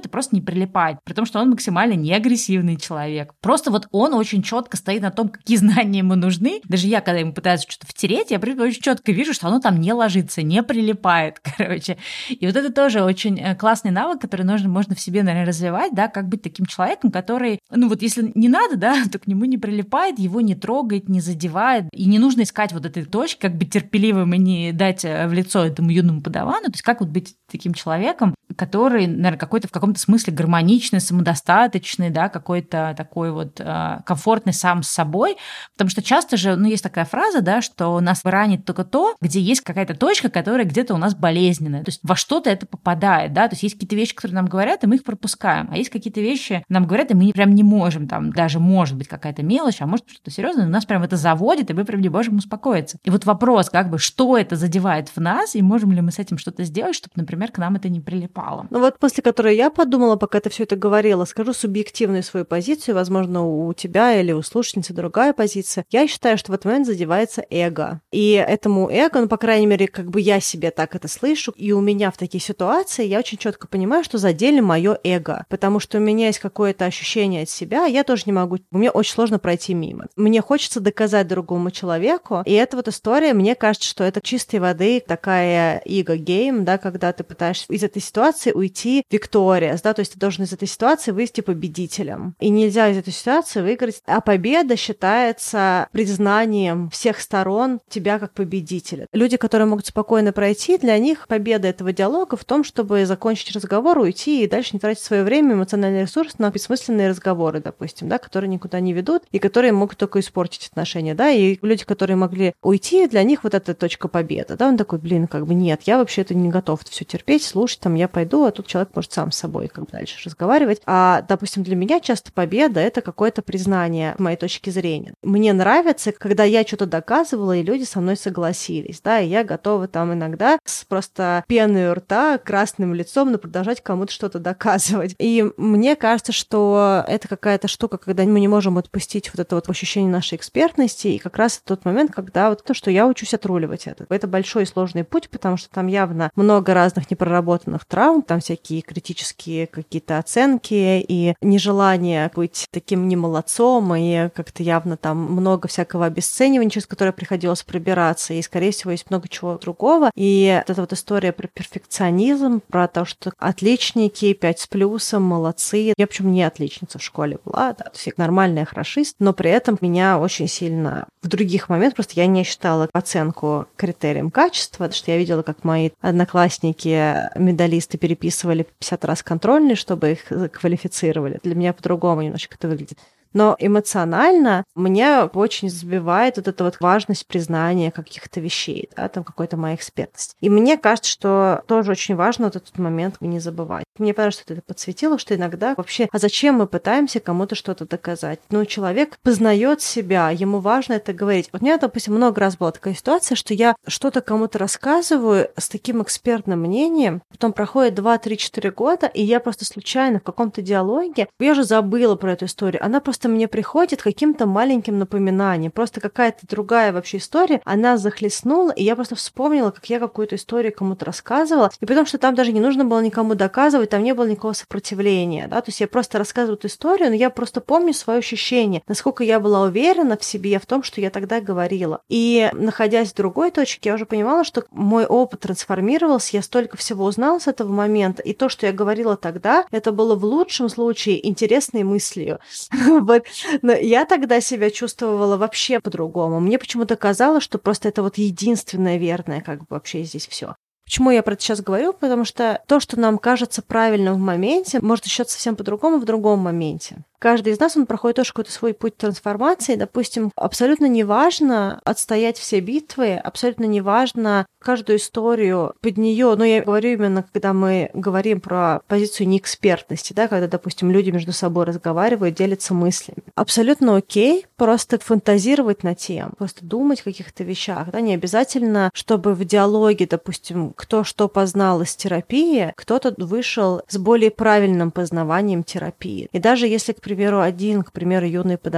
это просто не прилипает, при том, что он максимально не агрессивный человек. Просто вот он очень четко стоит на том, какие знания ему нужны. Даже я, когда ему пытаюсь что-то втереть, я очень четко вижу, что оно там не ложится, не прилипает, короче. И вот это тоже очень классный навык, который нужно, можно в себе, наверное, развивать, да, как быть таким человеком, который, ну вот если не надо, да, то к нему не прилипает, его не трогает, не задевает, и не нужно искать вот этой точки, как быть терпеливым и не дать в лицо этому юному подавану, то есть как вот быть таким человеком, который, наверное, какой-то в каком-то смысле гармоничный, самодостаточный, да, какой-то такой вот э, комфортный сам с собой, потому что часто же, ну, есть такая фраза, да, что нас ранит только то, где есть какая-то точка, которая где-то у нас болезненная, то есть во что-то это попадает, да, то есть есть какие-то вещи, которые нам говорят, и мы их пропускаем, а есть какие-то вещи, нам говорят, и мы прям не можем, там, даже может быть какая-то мелочь, а может что-то серьезное, но нас прям это заводит, и мы прям не можем успокоиться. И вот вопрос, как бы, что это задевает в нас, и можем ли мы с этим что-то сделать, чтобы, например, к нам это не прилипало. Ну вот после которой я подумала, пока ты все это говорила, скажу субъективную свою позицию, возможно, у тебя или у слушательницы другая позиция. Я считаю, что в этот момент задевается эго. И этому эго, ну, по крайней мере, как бы я себе так это слышу, и у меня в такие ситуации я очень четко понимаю, что задели мое эго, потому что у меня есть какое-то ощущение от себя, я тоже не могу, мне очень сложно пройти мимо. Мне хочется доказать другому человеку, и эта вот история, мне кажется, что это чистой воды такая эго-гейм, да, когда ты пытаешься из этой ситуации уйти victorious, да, то есть ты должен из этой ситуации вывести победителем. И нельзя из этой ситуации выиграть, а победа считается признанием всех сторон тебя как победителя. Люди, которые могут спокойно пройти, для них победа этого диалога в том, чтобы закончить разговор, уйти и дальше не тратить свое время, эмоциональный ресурс на бессмысленные разговоры, допустим, да, которые никуда не ведут и которые могут только испортить отношения, да, и люди, которые могли уйти, для них вот эта точка победы, да, он такой, блин, как бы нет, я вообще-то не готов все терпеть, слушать, там, я пойду, а тут человек может сам с собой как бы дальше разговаривать. А, допустим, для меня часто победа — это какое-то признание моей точки зрения. Мне нравится, когда я что-то доказывала, и люди со мной согласились, да, и я готова там иногда с просто пеной у рта, красным лицом, но продолжать кому-то что-то доказывать. И мне кажется, что это какая-то штука, когда мы не можем отпустить вот это вот ощущение нашей экспертности, и как раз тот момент, когда вот то, что я учусь отруливать это. Это большой и сложный путь, потому что там явно много разных непроработанных травм, там всякие критические какие-то оценки и нежелание быть таким немолодцом, и как-то явно там много всякого обесценивания, через которое приходилось пробираться, и, скорее всего, есть много чего другого. И вот эта вот история про перфекционизм, про то, что отличники, пять с плюсом, молодцы. Я, причем, не отличница в школе была, да, то есть я нормальная хорошист, но при этом меня очень сильно в других моментах, просто я не считала оценку критерием качества, потому что я видела, как мои одноклассники, медалисты, переписывали пятьдесят раз контрольные, чтобы их квалифицировали. Для меня по-другому немножко это выглядит. Но эмоционально меня очень сбивает вот эта вот важность признания каких-то вещей, да, там какой-то моя экспертность. И мне кажется, что тоже очень важно вот этот момент не забывать. Мне понравилось, что ты это подсветила, что иногда вообще, а зачем мы пытаемся кому-то что-то доказать? Ну, человек познает себя, ему важно это говорить. Вот у меня, допустим, много раз была такая ситуация, что я что-то кому-то рассказываю с таким экспертным мнением, потом проходит два, три, четыре года, и я просто случайно в каком-то диалоге, я уже забыла про эту историю, она просто мне приходит каким-то маленьким напоминанием, просто какая-то другая вообще история, она захлестнула, и я просто вспомнила, как я какую-то историю кому-то рассказывала, и потому что там даже не нужно было никому доказывать, там не было никакого сопротивления, да, то есть я просто рассказываю эту историю, но я просто помню свое ощущение, насколько я была уверена в себе, в том, что я тогда говорила. И находясь в другой точке, я уже понимала, что мой опыт трансформировался, я столько всего узнала с этого момента, и то, что я говорила тогда, это было в лучшем случае интересной мыслью. Вот. Но я тогда себя чувствовала вообще по-другому. Мне почему-то казалось, что просто это вот единственное верное, как бы вообще здесь все. Почему я про это сейчас говорю? Потому что то, что нам кажется правильным в моменте, может ощущаться совсем по-другому в другом моменте. Каждый из нас, он проходит тоже какой-то свой путь трансформации. Допустим, абсолютно неважно отстоять все битвы, абсолютно неважно каждую историю под нее. Но я говорю именно, когда мы говорим про позицию неэкспертности, да, когда, допустим, люди между собой разговаривают, делятся мыслями. Абсолютно окей просто фантазировать на тему, просто думать о каких-то вещах. Да, не обязательно, чтобы в диалоге, допустим, кто что познал из терапии, кто-то вышел с более правильным познаванием терапии. И даже если, к примеру, один, к примеру, юный подаван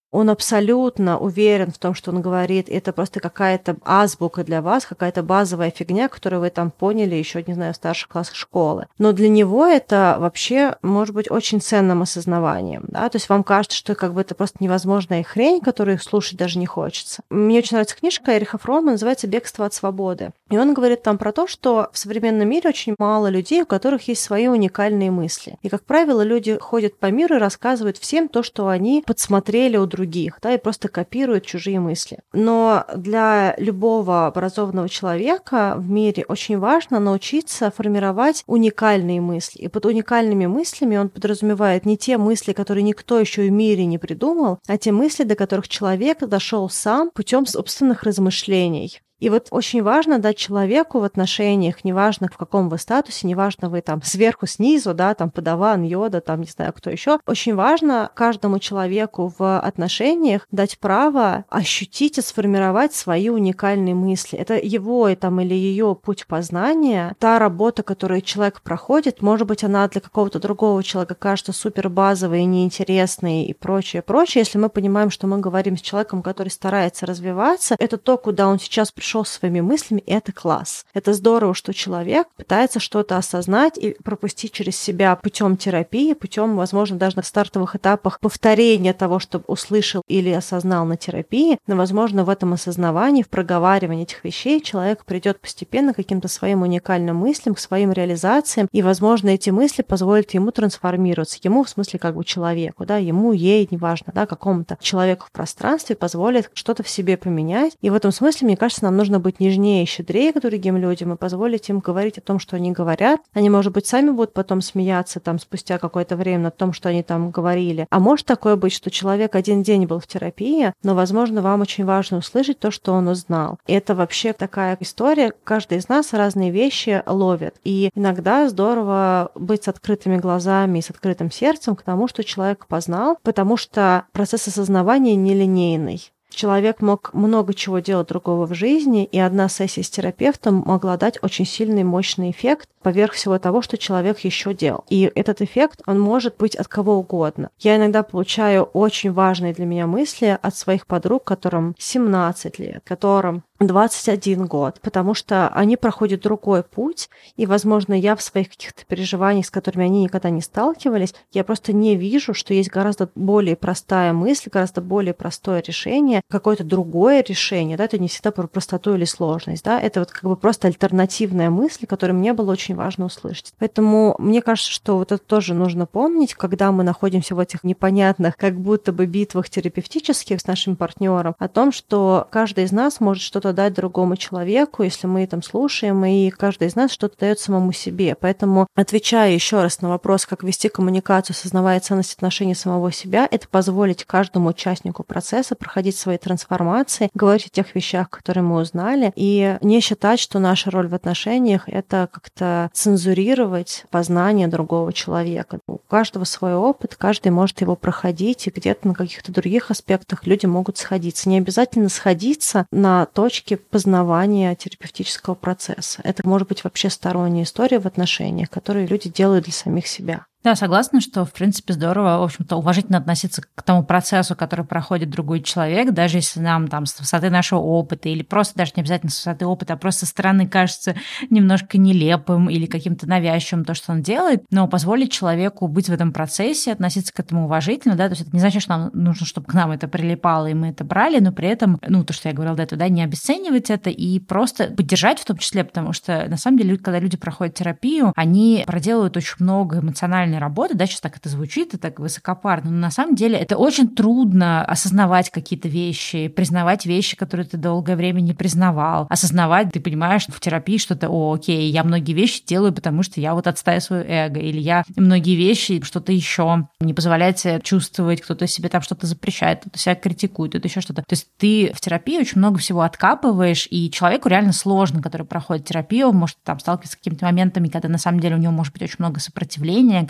он абсолютно уверен в том, что он говорит, это просто какая-то азбука для вас, какая-то базовая фигня, которую вы там поняли еще, не знаю, в старших классах школы. Но для него это вообще может быть очень ценным осознаванием, да, то есть вам кажется, что как бы это просто невозможная хрень, которую слушать даже не хочется. Мне очень нравится книжка Эриха Фромма, называется «Бегство от свободы». И он говорит там про то, что в современном мире очень мало людей, у которых есть свои уникальные мысли. И, как правило, люди ходят по миру и рассказывают всем то, что они подсмотрели у других, да, и просто копируют чужие мысли. Но для любого образованного человека в мире очень важно научиться формировать уникальные мысли. И под уникальными мыслями он подразумевает не те мысли, которые никто еще в мире не придумал, а те мысли, до которых человек дошел сам путем собственных размышлений. И вот очень важно дать человеку в отношениях, неважно в каком вы статусе, неважно вы там сверху, снизу, да, там подаван, Йода, там не знаю кто еще, очень важно каждому человеку в отношениях дать право ощутить и сформировать свои уникальные мысли. Это его там, или ее путь познания, та работа, которую человек проходит, может быть, она для какого-то другого человека кажется супер базовой, неинтересной и прочее, прочее. Если мы понимаем, что мы говорим с человеком, который старается развиваться, это то, куда он сейчас пришел шел своими мыслями, и это класс. Это здорово, что человек пытается что-то осознать и пропустить через себя путем терапии, путем, возможно, даже на стартовых этапах повторения того, что услышал или осознал на терапии. Но, возможно, в этом осознавании, в проговаривании этих вещей человек придет постепенно к каким-то своим уникальным мыслям, к своим реализациям, и, возможно, эти мысли позволят ему трансформироваться. Ему, в смысле, как бы человеку, да, ему, ей, неважно, да, какому-то человеку в пространстве позволит что-то в себе поменять. И в этом смысле, мне кажется, нам нужно быть нежнее и щедрее к другим людям и позволить им говорить о том, что они говорят. Они, может быть, сами будут потом смеяться там спустя какое-то время над том, что они там говорили. А может такое быть, что человек один день был в терапии, но, возможно, вам очень важно услышать то, что он узнал. И это вообще такая история. Каждый из нас разные вещи ловит. И иногда здорово быть с открытыми глазами и с открытым сердцем к тому, что человек познал, потому что процесс осознавания нелинейный. Человек мог много чего делать другого в жизни, и одна сессия с терапевтом могла дать очень сильный, мощный эффект поверх всего того, что человек еще делал. И этот эффект, он может быть от кого угодно. Я иногда получаю очень важные для меня мысли от своих подруг, которым семнадцать лет, которым двадцать один год, потому что они проходят другой путь, и, возможно, я в своих каких-то переживаниях, с которыми они никогда не сталкивались, я просто не вижу, что есть гораздо более простая мысль, гораздо более простое решение, какое-то другое решение, да, это не всегда про простоту или сложность, да, это вот как бы просто альтернативная мысль, которую мне было очень важно услышать. Поэтому мне кажется, что вот это тоже нужно помнить, когда мы находимся в этих непонятных, как будто бы битвах терапевтических с нашим партнером, о том, что каждый из нас может что-то дать другому человеку, если мы там слушаем, и каждый из нас что-то дает самому себе. Поэтому, отвечая еще раз на вопрос, как вести коммуникацию, осознавая ценность отношений самого себя, это позволить каждому участнику процесса проходить свои трансформации, говорить о тех вещах, которые мы узнали, и не считать, что наша роль в отношениях — это как-то цензурировать познание другого человека. У каждого свой опыт, каждый может его проходить, и где-то на каких-то других аспектах люди могут сходиться. Не обязательно сходиться на точке познавания терапевтического процесса. Это может быть вообще сторонняя история в отношениях, которые люди делают для самих себя. Да, согласна, что, в принципе, здорово, в общем-то, уважительно относиться к тому процессу, который проходит другой человек, даже если нам там с высоты нашего опыта или просто даже не обязательно с высоты опыта, а просто со стороны кажется немножко нелепым или каким-то навязчивым то, что он делает, но позволить человеку быть в этом процессе, относиться к этому уважительно, да, то есть это не значит, что нам нужно, чтобы к нам это прилипало, и мы это брали, но при этом, ну, то, что я говорила до этого, да, не обесценивать это и просто поддержать в том числе, потому что, на самом деле, когда люди проходят терапию, они проделывают очень много эмоциональной работы, да, сейчас так это звучит, и так высокопарно, но на самом деле это очень трудно осознавать какие-то вещи, признавать вещи, которые ты долгое время не признавал, осознавать, ты понимаешь в терапии что-то, о, окей, я многие вещи делаю, потому что я вот отстаю свое эго, или я многие вещи, что-то еще не позволяет себе чувствовать, кто-то себе там что-то запрещает, кто-то себя критикует, кто-то еще что-то. То есть ты в терапии очень много всего откапываешь, и человеку реально сложно, который проходит терапию, может там сталкиваться с какими-то моментами, когда на самом деле у него может быть очень много сопротивления,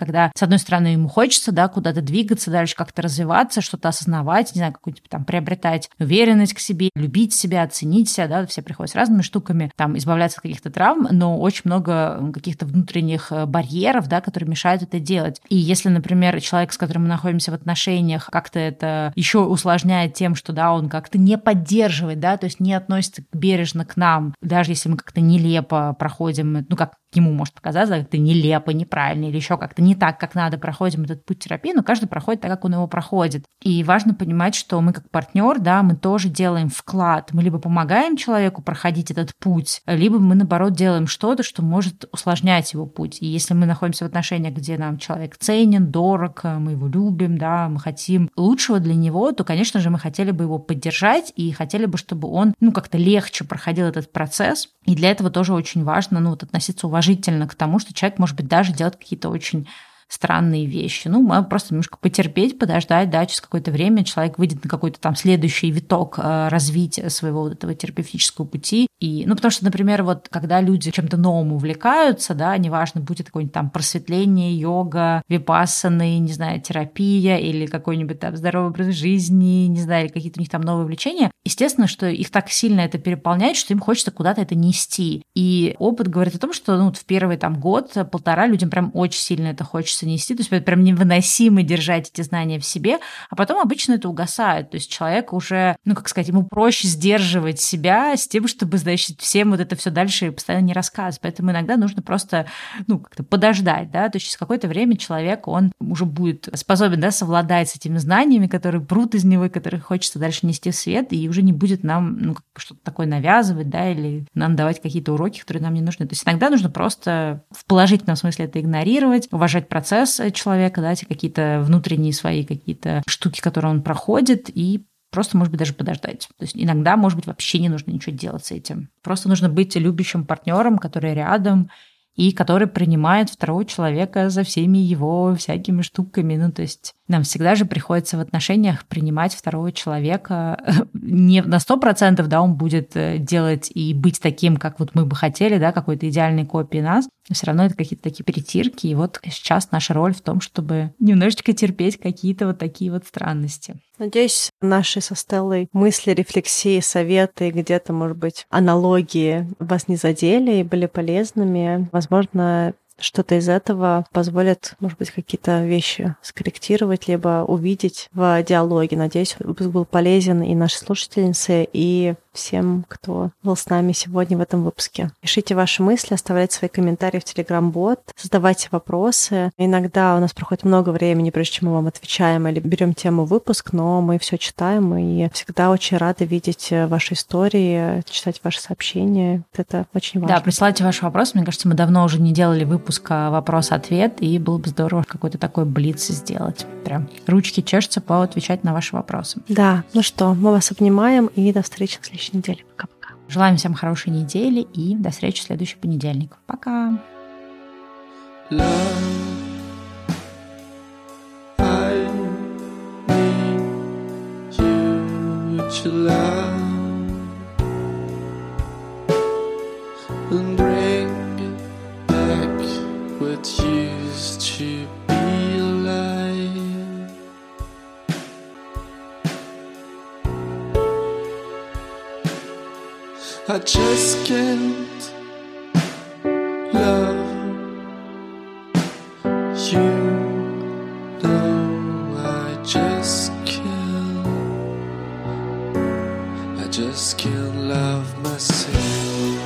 когда, с одной стороны, ему хочется, да, куда-то двигаться, дальше как-то развиваться, что-то осознавать, не знаю, какую-нибудь там приобретать уверенность к себе, любить себя, оценить себя, да, все приходят с разными штуками, там, избавляться от каких-то травм, но очень много каких-то внутренних барьеров, да, которые мешают это делать. И если, например, человек, с которым мы находимся в отношениях, как-то это еще усложняет тем, что, да, он как-то не поддерживает, да, то есть не относится бережно к нам, даже если мы как-то нелепо проходим, ну, как ему может показаться, как-то нелепо, неправильно или еще как-то не так, как надо, проходим этот путь терапии, но каждый проходит так, как он его проходит. И важно понимать, что мы как партнер, да, мы тоже делаем вклад. Мы либо помогаем человеку проходить этот путь, либо мы, наоборот, делаем что-то, что может усложнять его путь. И если мы находимся в отношениях, где нам человек ценен, дорог, мы его любим, да, мы хотим лучшего для него, то, конечно же, мы хотели бы его поддержать и хотели бы, чтобы он, ну, как-то легче проходил этот процесс. И для этого тоже очень важно, ну, вот относиться уважительно к тому, что человек, может быть, даже делает какие-то очень странные вещи. Ну, мы просто немножко потерпеть, подождать, да, через какое-то время человек выйдет на какой-то там следующий виток развития своего вот этого терапевтического пути. И, ну, потому что, например, вот когда люди чем-то новым увлекаются, да, неважно, будет какое-нибудь там просветление, йога, випассаны, не знаю, терапия или какой-нибудь там здоровый образ жизни, не знаю, или какие-то у них там новые увлечения, естественно, что их так сильно это переполняет, что им хочется куда-то это нести. И опыт говорит о том, что, ну, вот в первый там год, полтора людям прям очень сильно это хочется нести, то есть это прям невыносимо держать эти знания в себе, а потом обычно это угасает, то есть человек уже, ну, как сказать, ему проще сдерживать себя с тем, чтобы, значит, всем вот это все дальше постоянно не рассказывать, поэтому иногда нужно просто, ну, как-то подождать, да, то есть через какое-то время человек, он уже будет способен, да, совладать с этими знаниями, которые прут из него, и которые хочется дальше нести в свет, и уже не будет нам, ну, что-то такое навязывать, да, или нам давать какие-то уроки, которые нам не нужны, то есть иногда нужно просто в положительном смысле это игнорировать, уважать процесс человека, да, эти какие-то внутренние свои какие-то штуки, которые он проходит, и просто, может быть, даже подождать. То есть иногда, может быть, вообще не нужно ничего делать с этим. Просто нужно быть любящим партнером, который рядом, и который принимает второго человека за всеми его всякими штуками. Ну, то есть нам всегда же приходится в отношениях принимать второго человека не на сто процентов, да, он будет делать и быть таким, как вот мы бы хотели, да, какой-то идеальной копией нас, но все равно это какие-то такие притирки, и вот сейчас наша роль в том, чтобы немножечко терпеть какие-то вот такие вот странности. Надеюсь, наши со Стеллой мысли, рефлексии, советы, где-то, может быть, аналогии вас не задели и были полезными. Возможно, что-то из этого позволит, может быть, какие-то вещи скорректировать, либо увидеть в диалоге. Надеюсь, выпуск был полезен и нашей слушательнице, и всем, кто был с нами сегодня в этом выпуске. Пишите ваши мысли, оставляйте свои комментарии в Telegram-бот, задавайте вопросы. Иногда у нас проходит много времени, прежде чем мы вам отвечаем или берем тему выпуск, но мы все читаем и всегда очень рады видеть ваши истории, читать ваши сообщения. Это очень важно. Да, присылайте ваши вопросы. Мне кажется, мы давно уже не делали выпуск вопрос-ответ, и было бы здорово какой-то такой блиц сделать. Прям ручки чешутся поотвечать на ваши вопросы. Да, ну что, мы вас обнимаем и до встречи в следующей неделе. Пока-пока. Желаем всем хорошей недели и до встречи в следующий понедельник. Пока! Love, I need you to love and bring back what used to be alive. I just can't love you, no, I just can't, I just can't love myself.